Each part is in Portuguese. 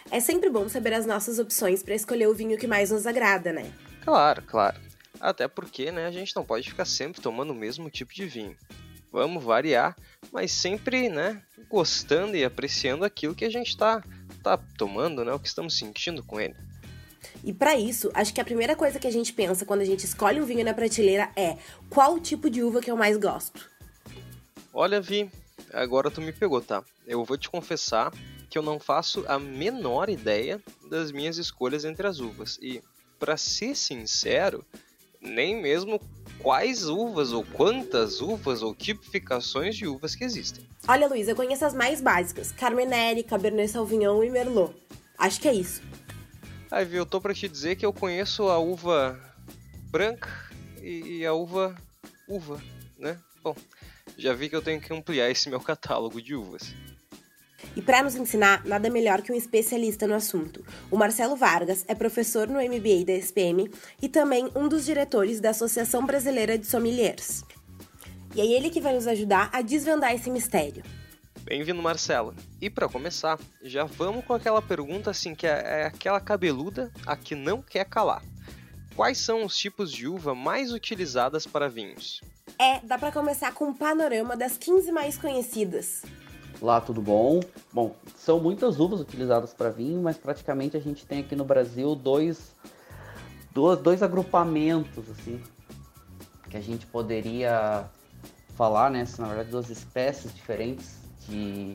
É sempre bom saber as nossas opções para escolher o vinho que mais nos agrada, né? Claro, claro. Até porque, né, a gente não pode ficar sempre tomando o mesmo tipo de vinho. Vamos variar, mas sempre, né, gostando e apreciando aquilo que a gente tá tomando, né, o que estamos sentindo com ele. E para isso, acho que a primeira coisa que a gente pensa quando a gente escolhe um vinho na prateleira é qual o tipo de uva que eu mais gosto. Olha, Vi, agora tu me pegou, tá? Eu vou te confessar que eu não faço a menor ideia das minhas escolhas entre as uvas. E, para ser sincero, nem mesmo quais uvas ou quantas uvas ou tipificações de uvas que existem. Olha, Luiz, eu conheço as mais básicas: Carmenere, Cabernet Sauvignon e Merlot. Acho que é isso. Aí, Vi, eu tô para te dizer que eu conheço a uva branca e a uva, né? Bom, já vi que eu tenho que ampliar esse meu catálogo de uvas. E para nos ensinar, nada melhor que um especialista no assunto. O Marcelo Vargas é professor no MBA da SPM e também um dos diretores da Associação Brasileira de Sommeliers. E é ele que vai nos ajudar a desvendar esse mistério. Bem-vindo, Marcelo. E para começar, já vamos com aquela pergunta assim que é aquela cabeluda a que não quer calar. Quais são os tipos de uva mais utilizadas para vinhos? Dá para começar com um panorama das 15 mais conhecidas. Olá, tudo bom? Bom, são muitas uvas utilizadas para vinho, mas praticamente a gente tem aqui no Brasil dois agrupamentos, assim, que a gente poderia falar, né? Na verdade, duas espécies diferentes de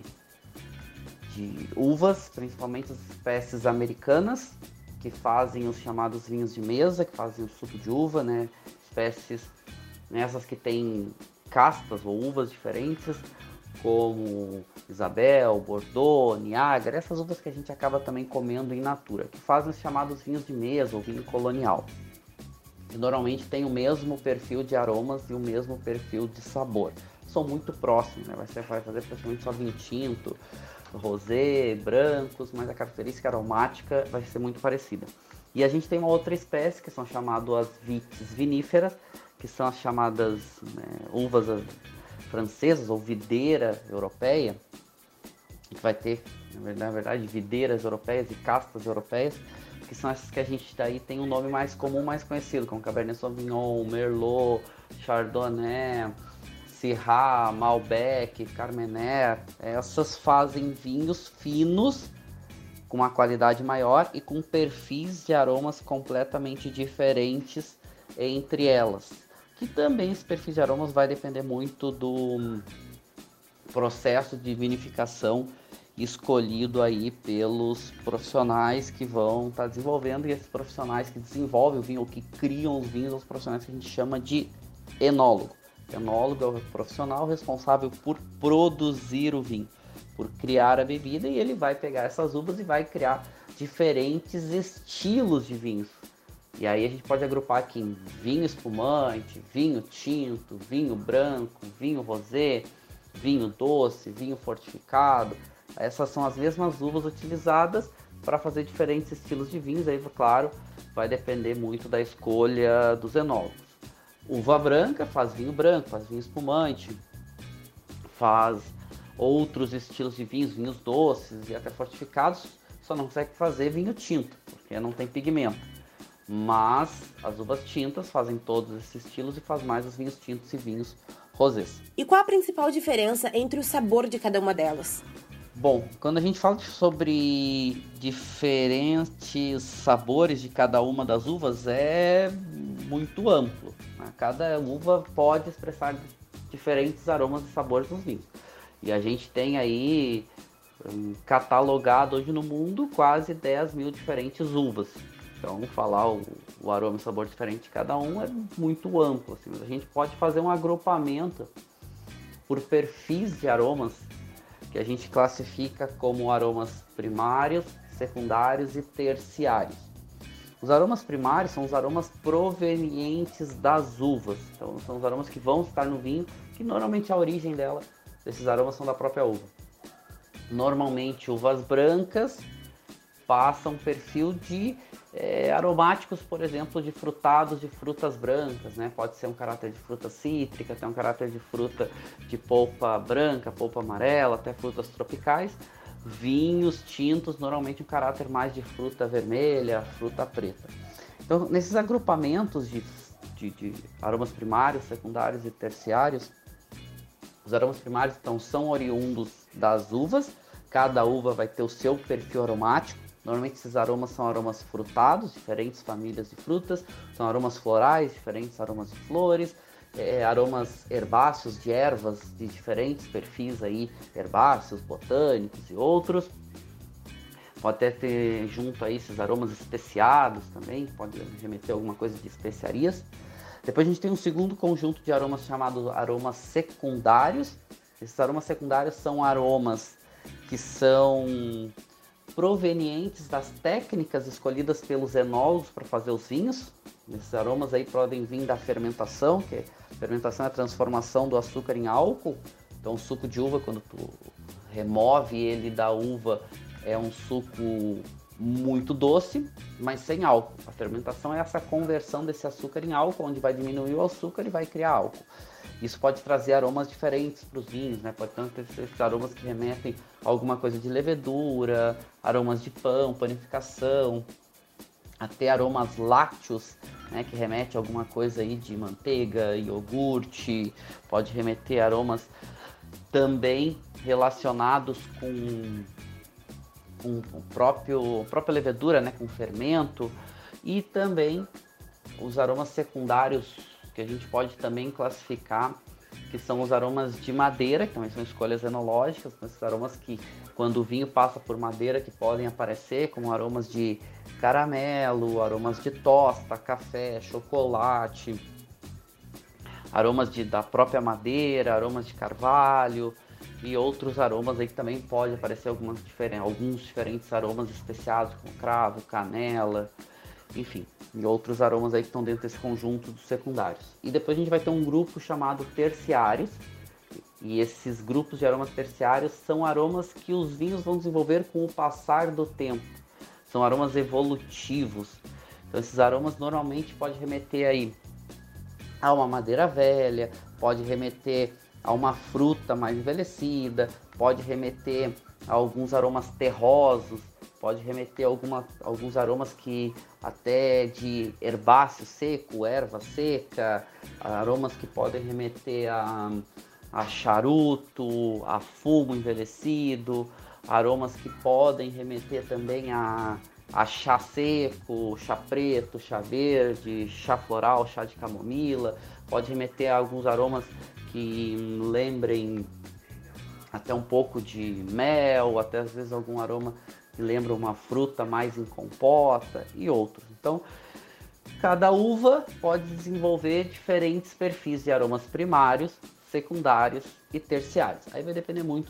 uvas, principalmente as espécies americanas, que fazem os chamados vinhos de mesa, que fazem o suco de uva, né? Espécies, essas que têm castas ou uvas diferentes, como Isabel, Bordeaux, Niágara, essas uvas que a gente acaba também comendo in natura, que fazem os chamados vinhos de mesa ou vinho colonial. E normalmente tem o mesmo perfil de aromas e o mesmo perfil de sabor. São muito próximos, né? Você vai fazer praticamente só vinho tinto, rosé, brancos, mas a característica aromática vai ser muito parecida. E a gente tem uma outra espécie que são chamadas as vites viníferas, que são as chamadas uvas francesas ou videira europeia, que vai ter, na verdade, videiras europeias e castas europeias, que são essas que a gente daí tem um nome mais comum, mais conhecido, como Cabernet Sauvignon, Merlot, Chardonnay, Syrah, Malbec, Carmener. Essas fazem vinhos finos, com uma qualidade maior e com perfis de aromas completamente diferentes entre elas. Que também esse perfil de aromas vai depender muito do processo de vinificação escolhido aí pelos profissionais que vão estar desenvolvendo, e esses profissionais que desenvolvem o vinho ou que criam os vinhos, os profissionais que a gente chama de enólogo. Enólogo é o profissional responsável por produzir o vinho, por criar a bebida, e ele vai pegar essas uvas e vai criar diferentes estilos de vinhos. E aí a gente pode agrupar aqui em vinho espumante, vinho tinto, vinho branco, vinho rosé, vinho doce, vinho fortificado. Essas são as mesmas uvas utilizadas para fazer diferentes estilos de vinhos. Aí, claro, vai depender muito da escolha dos enólogos. Uva branca faz vinho branco, faz vinho espumante, faz outros estilos de vinhos, vinhos doces e até fortificados. Só não consegue fazer vinho tinto, porque não tem pigmento. Mas as uvas tintas fazem todos esses estilos e faz mais os vinhos tintos e vinhos rosés. E qual a principal diferença entre o sabor de cada uma delas? Bom, quando a gente fala sobre diferentes sabores de cada uma das uvas, é muito amplo, né? Cada uva pode expressar diferentes aromas e sabores nos vinhos. E a gente tem aí catalogado hoje no mundo quase 10 mil diferentes uvas. Então, falar o aroma e sabor diferente de cada um é muito amplo, assim, mas a gente pode fazer um agrupamento por perfis de aromas que a gente classifica como aromas primários, secundários e terciários. Os aromas primários são os aromas provenientes das uvas, então são os aromas que vão estar no vinho, que normalmente a origem desses aromas são da própria uva. Normalmente uvas brancas passam um perfil de aromáticos, por exemplo, de frutados de frutas brancas, né? Pode ser um caráter de fruta cítrica, tem um caráter de fruta de polpa branca, polpa amarela, até frutas tropicais. vinhos tintos, normalmente um caráter mais de fruta vermelha, fruta preta. Então, nesses agrupamentos de aromas primários, secundários e terciários, os aromas primários então, são oriundos das uvas, cada uva vai ter o seu perfil aromático. Normalmente esses aromas são aromas frutados, diferentes famílias de frutas, são aromas florais, diferentes aromas de flores, aromas herbáceos de ervas de diferentes perfis aí, herbáceos, botânicos e outros. Pode até ter junto aí esses aromas especiados também, pode remeter a alguma coisa de especiarias. Depois a gente tem um segundo conjunto de aromas chamado aromas secundários. Esses aromas secundários são aromas que são provenientes das técnicas escolhidas pelos enólogos para fazer os vinhos. Esses aromas aí podem vir da fermentação, que a fermentação é a transformação do açúcar em álcool. Então o suco de uva, quando tu remove ele da uva, é um suco muito doce, mas sem álcool. A fermentação é essa conversão desse açúcar em álcool, onde vai diminuir o açúcar e vai criar álcool. Isso pode trazer aromas diferentes para os vinhos, né? Pode ter esses aromas que remetem a alguma coisa de levedura, aromas de pão, panificação, até aromas lácteos, né? Que remete a alguma coisa aí de manteiga, iogurte, pode remeter a aromas também relacionados com própria levedura, né? Com fermento, e também os aromas secundários que a gente pode também classificar, que são os aromas de madeira, que também são escolhas enológicas, esses aromas que, quando o vinho passa por madeira, que podem aparecer como aromas de caramelo, aromas de tosta, café, chocolate, aromas da própria madeira, aromas de carvalho e outros aromas aí que também pode aparecer alguns diferentes aromas especiados, como cravo, canela, enfim, e outros aromas aí que estão dentro desse conjunto dos secundários. E depois a gente vai ter um grupo chamado terciários, e esses grupos de aromas terciários são aromas que os vinhos vão desenvolver com o passar do tempo. São aromas evolutivos. Então esses aromas normalmente podem remeter aí a uma madeira velha, pode remeter a uma fruta mais envelhecida, pode remeter a alguns aromas terrosos, pode remeter a alguns aromas que até de herbáceo seco, erva seca, aromas que podem remeter a charuto, a fumo envelhecido, aromas que podem remeter também a chá seco, chá preto, chá verde, chá floral, chá de camomila, pode remeter a alguns aromas que lembrem até um pouco de mel, até às vezes algum aroma que lembra uma fruta mais em compota e outros. Então, cada uva pode desenvolver diferentes perfis de aromas primários, secundários e terciários. Aí vai depender muito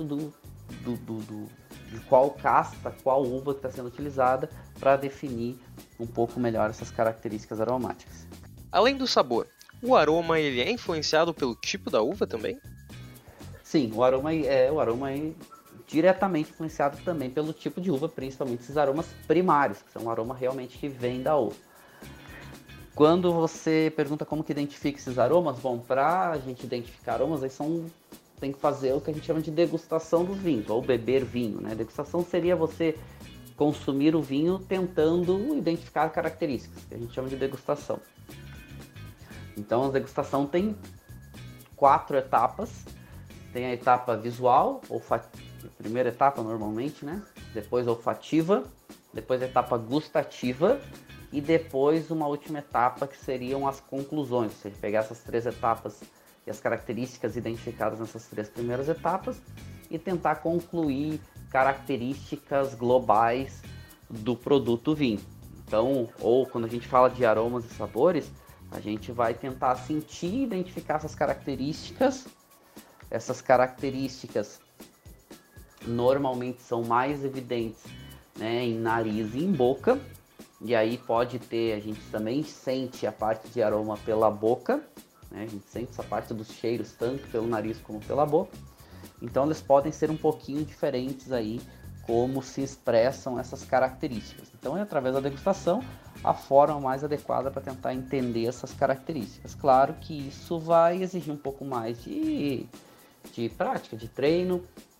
de qual casta, qual uva que está sendo utilizada para definir um pouco melhor essas características aromáticas. Além do sabor, o aroma ele é influenciado pelo tipo da uva também? Sim, o aroma é diretamente influenciado também pelo tipo de uva, principalmente esses aromas primários, que são um aroma realmente que vem da uva. Quando você pergunta como que identifica esses aromas, bom, para a gente identificar aromas, aí tem que fazer o que a gente chama de degustação dos vinhos, ou beber vinho, né? Degustação seria você consumir o vinho tentando identificar características, que a gente chama de degustação. Então a degustação tem 4 etapas. Tem a etapa visual, a primeira etapa normalmente, né? Depois olfativa, depois a etapa gustativa e depois uma última etapa que seriam as conclusões. Ou seja, pegar essas 3 etapas e as características identificadas nessas 3 primeiras etapas e tentar concluir características globais do produto vinho. Então, ou quando a gente fala de aromas e sabores, a gente vai tentar sentir e identificar essas características. Essas características normalmente são mais evidentes, né, em nariz e em boca. E aí a gente também sente a parte de aroma pela boca, né? A gente sente essa parte dos cheiros tanto pelo nariz como pela boca. Então eles podem ser um pouquinho diferentes aí, como se expressam essas características. Então é através da degustação a forma mais adequada para tentar entender essas características. Claro que isso vai exigir um pouco mais de prática, de treino,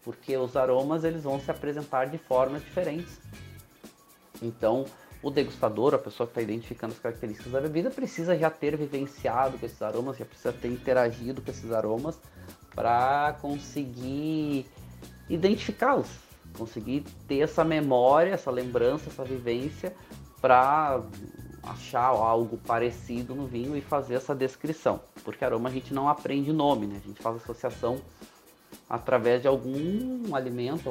porque os aromas eles vão se apresentar de formas diferentes. Então, o degustador, a pessoa que está identificando as características da bebida, precisa já ter vivenciado com esses aromas, já precisa ter interagido com esses aromas para conseguir identificá-los, conseguir ter essa memória, essa lembrança, essa vivência para achar algo parecido no vinho e fazer essa descrição. Porque aroma a gente não aprende nome, né? A gente faz associação através de algum alimento,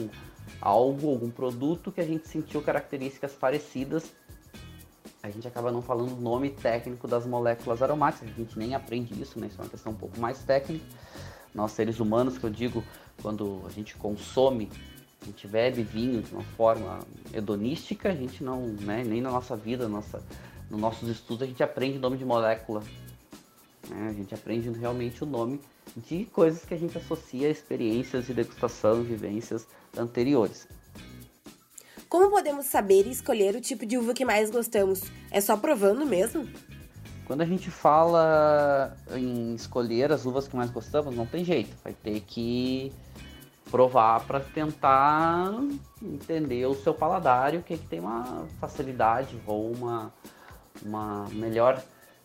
algum produto que a gente sentiu características parecidas. A gente acaba não falando o nome técnico das moléculas aromáticas, a gente nem aprende isso, né? Isso é uma questão um pouco mais técnica. Nós, seres humanos, que eu digo, quando a gente consome, a gente bebe vinho de uma forma hedonística, a gente não, né, nem na nossa vida, nos nossos estudos, a gente aprende o nome de molécula. Né? A gente aprende realmente o nome de coisas que a gente associa a experiências de degustação, vivências anteriores. Como podemos saber e escolher o tipo de uva que mais gostamos? É só provando mesmo? Quando a gente fala em escolher as uvas que mais gostamos, não tem jeito. Vai ter que provar para tentar entender o seu paladar e o que tem uma facilidade ou uma melhor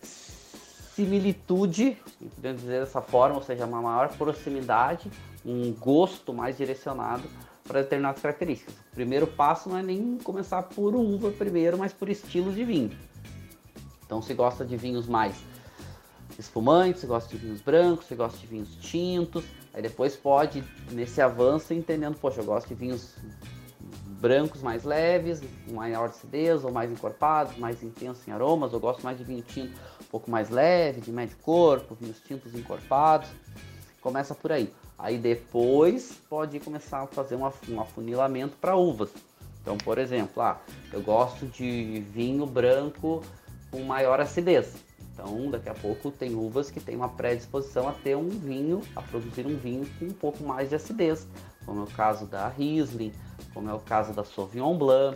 similitude, podemos dizer dessa forma, ou seja, uma maior proximidade, um gosto mais direcionado para determinadas características. O primeiro passo não é nem começar por uva primeiro, mas por estilos de vinho. Então, se gosta de vinhos mais espumantes, se gosta de vinhos brancos, se gosta de vinhos tintos, aí depois pode, nesse avanço, entendendo, poxa, eu gosto de vinhos brancos mais leves, maior acidez, ou mais encorpados, mais intensos em aromas, eu gosto mais de vinho tinto um pouco mais leve, de médio corpo, vinhos tintos encorpados, começa por aí. Aí depois pode começar a fazer um afunilamento para uvas. Então, por exemplo, eu gosto de vinho branco com maior acidez. Então, daqui a pouco tem uvas que têm uma predisposição a ter a produzir um vinho com um pouco mais de acidez, como é o caso da Riesling, como é o caso da Sauvignon Blanc.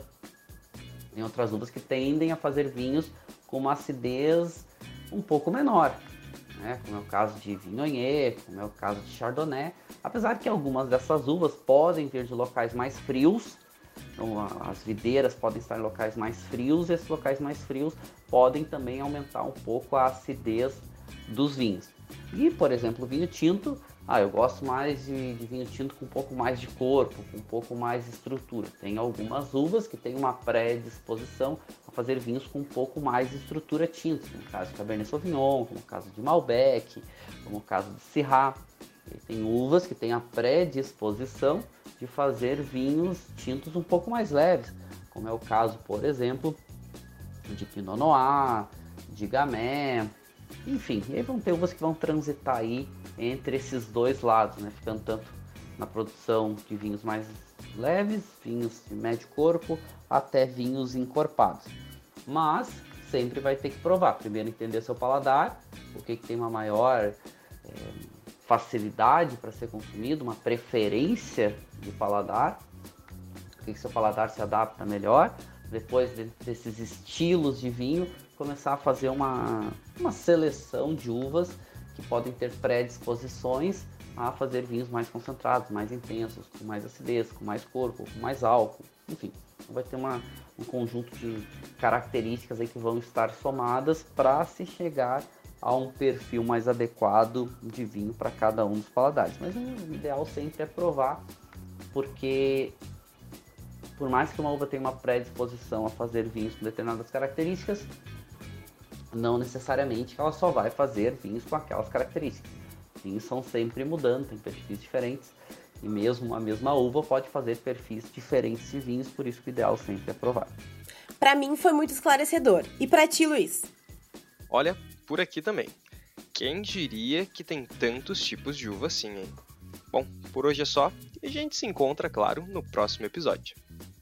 Tem outras uvas que tendem a fazer vinhos com uma acidez um pouco menor, né? Como é o caso de Viognier, como é o caso de Chardonnay, apesar que algumas dessas uvas podem vir de locais mais frios. Então, as videiras podem estar em locais mais frios, e esses locais mais frios podem também aumentar um pouco a acidez dos vinhos. E, por exemplo, o vinho tinto, eu gosto mais de vinho tinto com um pouco mais de corpo, com um pouco mais de estrutura. Tem algumas uvas que têm uma predisposição a fazer vinhos com um pouco mais de estrutura tinta, como o caso de Cabernet Sauvignon, como o caso de Malbec, como o caso de Syrah. E tem uvas que têm a predisposição de fazer vinhos tintos um pouco mais leves, como é o caso, por exemplo, de Pinot Noir, de Gamay, enfim. E aí vão ter uvas que vão transitar aí entre esses dois lados, né? Ficando tanto na produção de vinhos mais leves, vinhos de médio corpo, até vinhos encorpados. Mas sempre vai ter que provar. Primeiro entender seu paladar, o que tem uma maior facilidade para ser consumido, uma preferência de paladar, o que seu paladar se adapta melhor. Depois desses estilos de vinho, começar a fazer uma seleção de uvas que podem ter predisposições a fazer vinhos mais concentrados, mais intensos, com mais acidez, com mais corpo, com mais álcool, enfim. Vai ter um conjunto de características aí que vão estar somadas para se chegar a um perfil mais adequado de vinho para cada um dos paladares. Mas o ideal sempre é provar, porque por mais que uma uva tenha uma predisposição a fazer vinhos com determinadas características, não necessariamente ela só vai fazer vinhos com aquelas características. Vinhos são sempre mudando, tem perfis diferentes, e mesmo a mesma uva pode fazer perfis diferentes de vinhos, por isso que o ideal sempre é provar. Para mim foi muito esclarecedor. E para ti, Luiz? Olha, por aqui também. Quem diria que tem tantos tipos de uva assim, hein? Bom, por hoje é só, e a gente se encontra, claro, no próximo episódio.